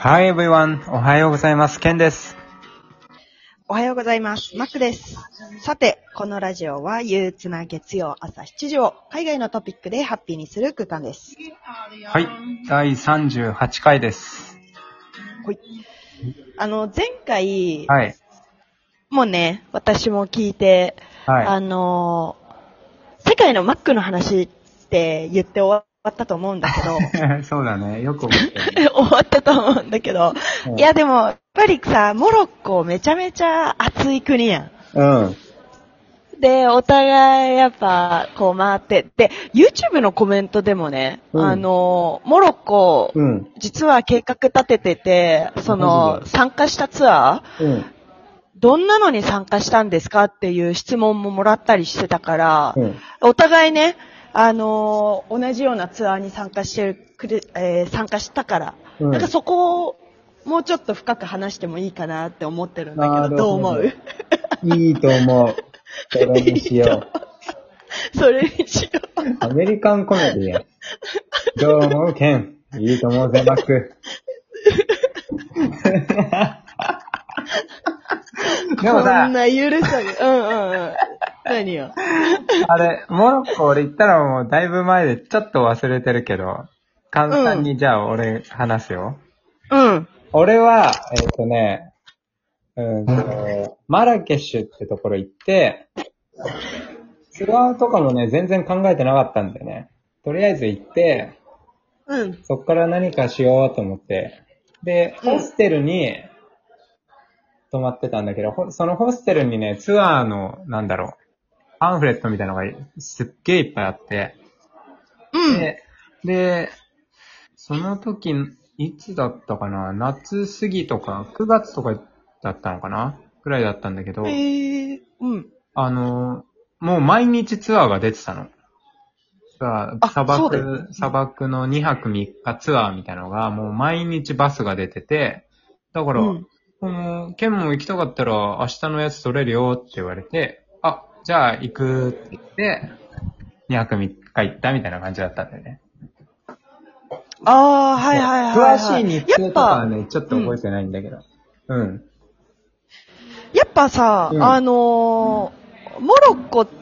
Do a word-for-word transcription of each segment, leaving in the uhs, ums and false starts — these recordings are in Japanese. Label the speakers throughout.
Speaker 1: Hi everyone! おはようございます。ケンです。
Speaker 2: おはようございます。マックです。さて、このラジオは憂鬱な月曜朝しちじを海外のトピックでハッピーにする空間です。
Speaker 1: はい、だいさんじゅうはちかいです。
Speaker 2: はい。あの、前回、
Speaker 1: はい。
Speaker 2: もうね、私も聞いて、
Speaker 1: はい。
Speaker 2: あの、世界のマックの話って言って終わったと思うんだけど、
Speaker 1: そうだね。よく覚えてる、ね。
Speaker 2: 終わったと思うんだけど、
Speaker 1: うん、
Speaker 2: いやでも、やっぱりさ、モロッコめちゃめちゃ暑い国やん。
Speaker 1: うん。
Speaker 2: で、お互いやっぱこう回って、で、YouTube のコメントでもね、うん、あの、モロッコ、うん、実は計画立ててて、その、参加したツアー、うん、どんなのに参加したんですかっていう質問ももらったりしてたから、うん、お互いね、あのー、同じようなツアーに参加してる、えー、参加したから、うん、なんかそこをもうちょっと深く話してもいいかなって思ってるんだけど、どう思う？
Speaker 1: いいと思う。それにしよ
Speaker 2: う。それにしよう。
Speaker 1: アメリカンコメディや。どう思う？ケン。いいと思うぜ、マック。
Speaker 2: でもさ、こんなゆるさが、うんうんうん。何よ。
Speaker 1: あれ、モロッコ俺行ったらもうだいぶ前でちょっと忘れてるけど、簡単にじゃあ俺話すよ。
Speaker 2: うん。
Speaker 1: 俺は、えっとね、うんと、マラケシュってところ行って、ツアーとかもね、全然考えてなかったんだよね。とりあえず行って、
Speaker 2: うん。
Speaker 1: そっから何かしようと思って、で、ホステルに泊まってたんだけど、そのホステルにね、ツアーの、なんだろう、パンフレットみたいなのがすっげえいっぱいあって、
Speaker 2: うん。
Speaker 1: で、で、その時、いつだったかな、夏過ぎとか、くがつとかだったのかなくらいだったんだけど、
Speaker 2: へー、うん。
Speaker 1: あの、もう毎日ツアーが出てたの。砂漠、砂漠のにはくみっかツアーみたいなのが、もう毎日バスが出てて、だから、うん、この、県も行きたかったら明日のやつ取れるよって言われて、あ、じゃあ行くって言って、にはくみっか行ったみたいな感じだったんだよね。
Speaker 2: ああ、はいはいはい、はい。
Speaker 1: 詳しい日程とかはね、ちょっと覚えてないんだけど。うん。うん、
Speaker 2: やっぱさ、うん、あのー、モロッコって、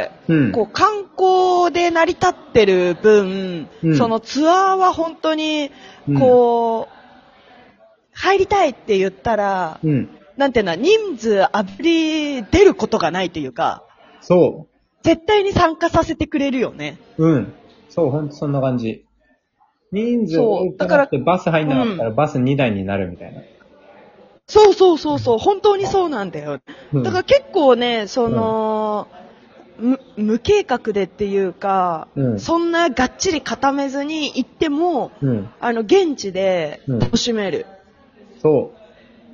Speaker 2: うん、こう観光で成り立ってる分、うん、そのツアーは本当に、こう、うん、入りたいって言ったら、うん、なんていうの、人数あぶり出ることがないというか、
Speaker 1: そう。
Speaker 2: 絶対に参加させてくれるよね。
Speaker 1: うん。そう、ほんとそんな感じ。人数多くなってバス入んなかったらバスにだいになるみたいな。
Speaker 2: そうそうそうそう、本当にそうなんだよ。だから結構ね、その、うん、無, 無計画でっていうか、うん、そんながっちり固めずに行っても、うん、あの、現地で楽しめる、
Speaker 1: うん。そう。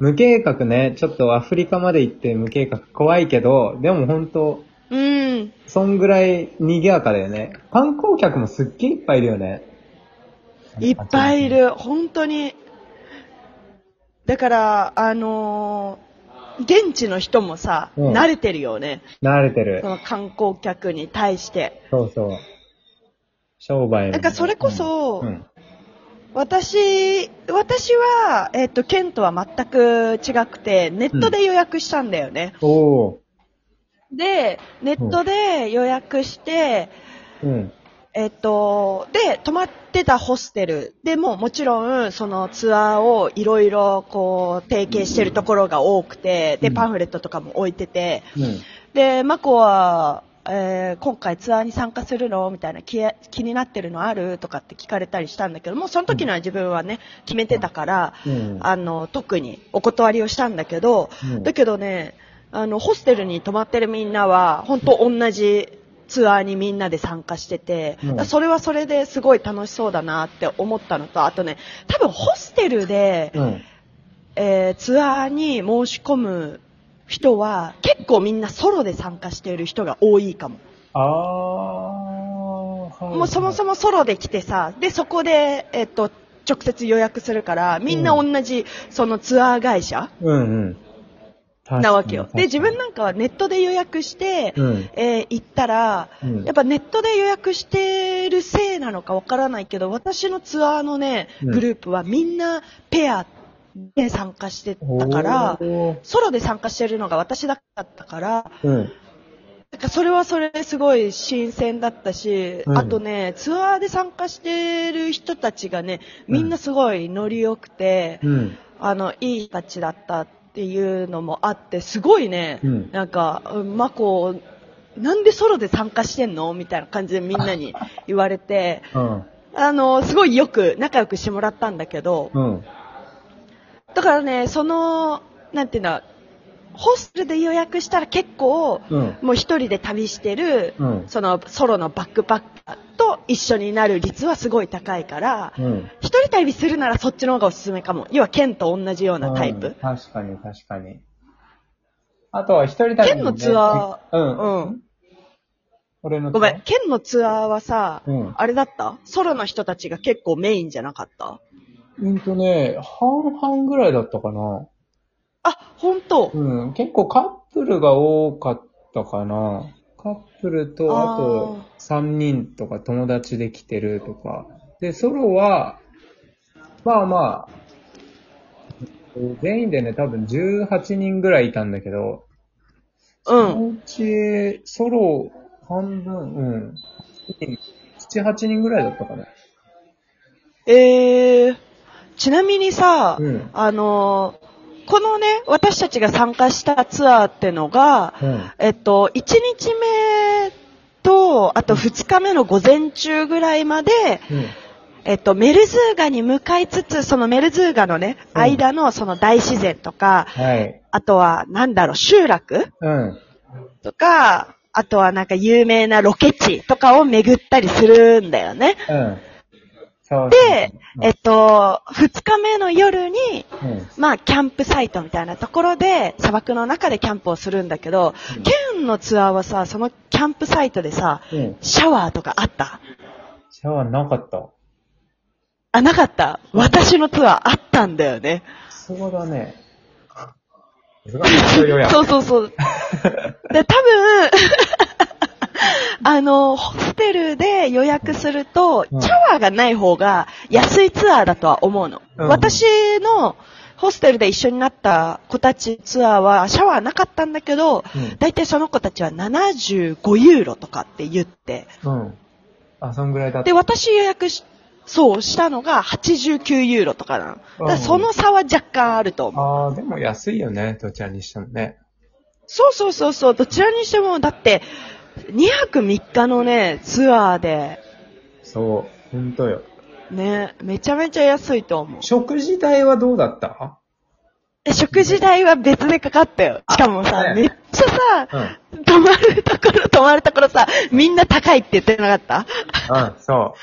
Speaker 1: 無計画ね、ちょっとアフリカまで行って無計画怖いけど、でも本当、
Speaker 2: うん。
Speaker 1: そんぐらい賑やかだよね。観光客もすっげえいっぱいいるよね。
Speaker 2: いっぱいいる、本当に。だから、あのー、現地の人もさ、うん、慣れてるよね。
Speaker 1: 慣れてる。
Speaker 2: その観光客に対して。
Speaker 1: そうそう。商売も。
Speaker 2: なんかそれこそ、うんうん、私、私は、えっと、ケンとは全く違くて、ネットで予約したんだよね。
Speaker 1: うん、おー。
Speaker 2: で、ネットで予約して、うん、えっと、で、泊まってたホステルでももちろん、そのツアーをいろいろこう、提携してるところが多くて、で、パンフレットとかも置いてて、うん、で、マコは、えー、今回ツアーに参加するのみたいな気、気になってるのあるとかって聞かれたりしたんだけども、その時のは自分はね、決めてたから、うん、あの、特にお断りをしたんだけど、うん、だけどね、あの、ホステルに泊まってるみんなは、本当同じツアーにみんなで参加してて、うん、それはそれですごい楽しそうだなって思ったのと、あとね、多分ホステルで、うん、えー、ツアーに申し込む人は、結構みんなソロで参加している人が多いかも。
Speaker 1: あー、はいはい、
Speaker 2: もうそもそもソロで来てさ、で、そこで、えっと、直接予約するから、みんな同じ、そのツアー会社、
Speaker 1: うんうん。
Speaker 2: なわけよ。で、自分なんかはネットで予約して、うん、えー、行ったら、うん、やっぱネットで予約してるせいなのかわからないけど、私のツアーのね、グループはみんなペアで参加してたから、ソロで参加してるのが私だったから、うん、なんかそれはそれですごい新鮮だったし、うん、あとね、ツアーで参加してる人たちがね、みんなすごいノリ良くて、うん、あの、いい人たちだったっていうのもあって、すごいね、うん、なんか、マコ、なんでソロで参加してんのみたいな感じでみんなに言われて、うん、あの、すごいよく仲良くしてもらったんだけど、うん、だからね、その、なんていうんだ、ホステルで予約したら結構、うん、もう一人で旅してる、うん、そのソロのバックパッカーと一緒になる率はすごい高いから、うん、一人旅するならそっちの方がおすすめかも。要はケンと同じようなタイプ。うん、
Speaker 1: 確かに確かに。あとは一人旅、ね、
Speaker 2: ケンのツアー、うん。
Speaker 1: うん。俺の
Speaker 2: ごめん、ケンのツアーはさ、うん、あれだった？ソロの人たちが結構メインじゃなかった？
Speaker 1: うんとね、半々ぐらいだったかな。
Speaker 2: あ、本当？
Speaker 1: うん、結構カップルが多かったかな。カップルと、あとさんにんとか友達で来てるとか。で、ソロは、まあまあ、全員でね、多分じゅうはちにんぐらいいたんだけど、うん。そのうち、ソロ半分、うん。なな、はちにんぐらいだったかな。
Speaker 2: えー、ちなみにさ、うん、あのー、このね、私たちが参加したツアーってのが、うん、えっと、いちにちめと、あとふつかめの午前中ぐらいまで、うん、えっと、メルズーガに向かいつつ、そのメルズーガのね、うん、間のその大自然とか、はい、あとは、なんだろう、集落、うん、とか、あとはなんか有名なロケ地とかを巡ったりするんだよね。うんで、えっと、二日目の夜に、うん、まあ、キャンプサイトみたいなところで、砂漠の中でキャンプをするんだけど、うん、ケンのツアーはさ、そのキャンプサイトでさ、うん、シャワーとかあった？
Speaker 1: シャワーなかった。
Speaker 2: あ、なかった。私のツアーあったんだよね。
Speaker 1: そうだね。
Speaker 2: そうそうそう。で、多分、あの、ホステルで予約すると、シャワーがない方が安いツアーだとは思うの。うん、私のホステルで一緒になった子たちツアーはシャワーなかったんだけど、うん、だいたいその子たちはななじゅうごユーロとかって言って。
Speaker 1: うん。あ、そんぐらいだった。
Speaker 2: で、私予約し、そうしたのがはちじゅうきゅうユーロとかなの。だからその差は若干あると思う。
Speaker 1: ああ、でも安いよね、どちらにしてもね。
Speaker 2: そうそうそうそう、どちらにしても、だって、にはくみっかのね、ツアーで。
Speaker 1: そう、ほんとよ。
Speaker 2: ね、めちゃめちゃ安いと思う。
Speaker 1: 食事代はどうだった？
Speaker 2: え、食事代は別でかかったよ。しかもさ、ね、めっちゃさ、うん、泊まるところ、泊まるところさ、みんな高いって言ってなかった？
Speaker 1: うん、そう。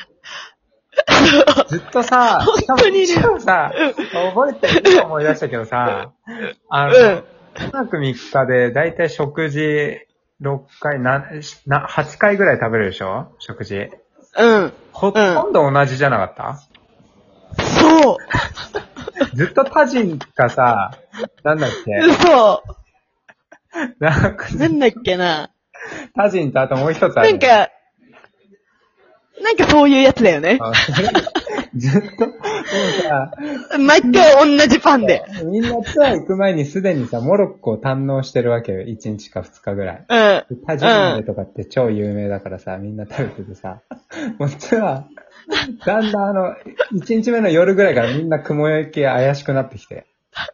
Speaker 1: ずっとさ、
Speaker 2: 本当にね。
Speaker 1: しかもさ、うん、覚えてる思い出したけどさ、あの、うん、にはくみっかでだいたい食事、ろっかい、な、な、はちかいぐらい食べるでしょ？食事。
Speaker 2: うん。
Speaker 1: ほとんど同じじゃなかった？
Speaker 2: うん、そう。
Speaker 1: ずっとタジンかさ、なんだっけ？
Speaker 2: 嘘。
Speaker 1: なんか、
Speaker 2: なんだっけな。
Speaker 1: タジンとあともう一つある。
Speaker 2: なんか、なんかそういうやつだよね。
Speaker 1: ずっと、もうさ、
Speaker 2: 毎回同じパンで。
Speaker 1: みんなツアー行く前にすでにさ、モロッコを堪能してるわけよ。いちにちかふつかぐらい。うん。タジンメとかって超有名だからさ、みんな食べててさ、もうツアー、だんだんあの、いちにちめの夜ぐらいからみんな雲行き怪しくなってきて。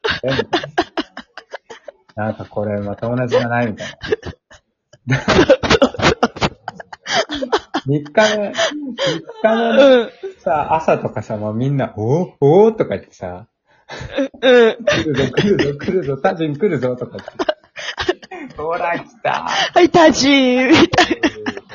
Speaker 1: なんかこれまた同じじゃないみたいな。みっかめ、みっかめのさ、朝とかさ、もうみんな、おーおーとか言ってさ、うん。来るぞ、来るぞ、来るぞ、タジン来るぞ、とか言って。ほら、来た
Speaker 2: はい、タジンみたい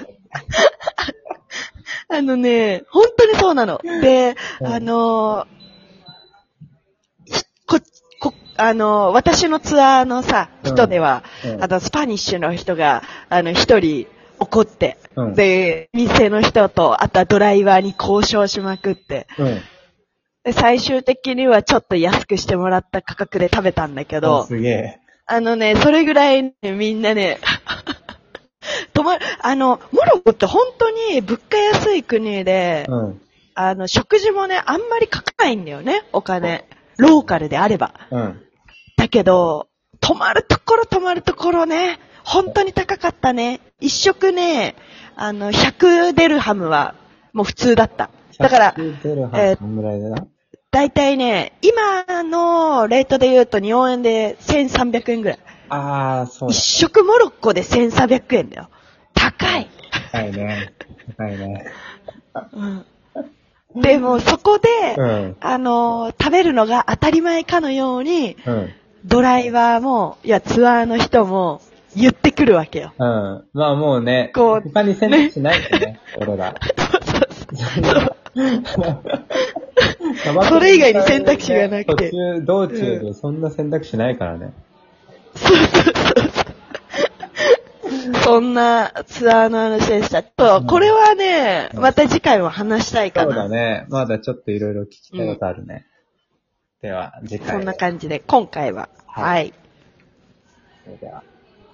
Speaker 2: な。あのね、本当にそうなの。で、うん、あのー、こ、こ、あのー、私のツアーのさ、人では、うんうん、あの、スパニッシュの人が、あの、一人、怒って、うん、で、店の人と、あとはドライバーに交渉しまくって、うん、で最終的にはちょっと安くしてもらった価格で食べたんだけど、
Speaker 1: すげえ。
Speaker 2: あのね、それぐらい、ね、みんなね、泊まる、あの、モロッコって本当に物価安い国で、うん、あの、食事もね、あんまりかかないんだよね、お金。ローカルであれば。うん、だけど、泊まるところ泊まるところね、本当に高かったね。一食ね、あの、ひゃくデルハムはもう普通だった。だから、えー、だいたいね、今のレートで言うと日本円でせんさんびゃくえんぐらい。
Speaker 1: ああ、そう。
Speaker 2: 一食モロッコでせんさんびゃくえんだよ。高い。
Speaker 1: 高いね。高いね。
Speaker 2: うん、でもそこで、うん、あの、食べるのが当たり前かのように、うん、ドライバーも、いや、ツアーの人も言ってくるわけよ。
Speaker 1: うん。まあもうね、こう他に選択肢ないしね、ね俺ら。そうそうそう
Speaker 2: それ以外に選択肢がなくて。
Speaker 1: 途中、道中でそんな選択肢ないからね。
Speaker 2: そうそうそうそう。そんなツアーの話でした。と、これはね、また次回も話したいかな。
Speaker 1: そうだね。まだちょっといろいろ聞きたいことあるね。うん、では、次回。
Speaker 2: そんな感じで、今回は。はい。はい、
Speaker 1: それでは。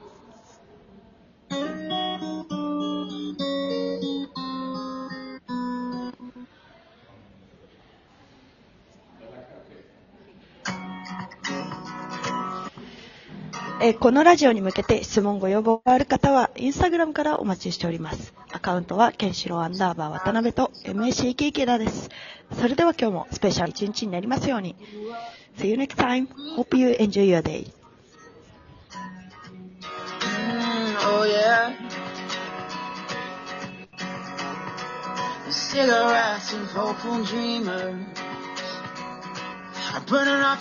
Speaker 2: えー、このラジオに向けて質問ご要望がある方はインスタグラムからお待ちしております。アカウントはケンシロウアンダーバー渡辺と エムエーシーケー 池田です。それでは今日もスペシャル一日になりますように。See you next time. Hope you enjoy your day. Mm, oh yeah. Cigarettes and hopeful dreamers are burning off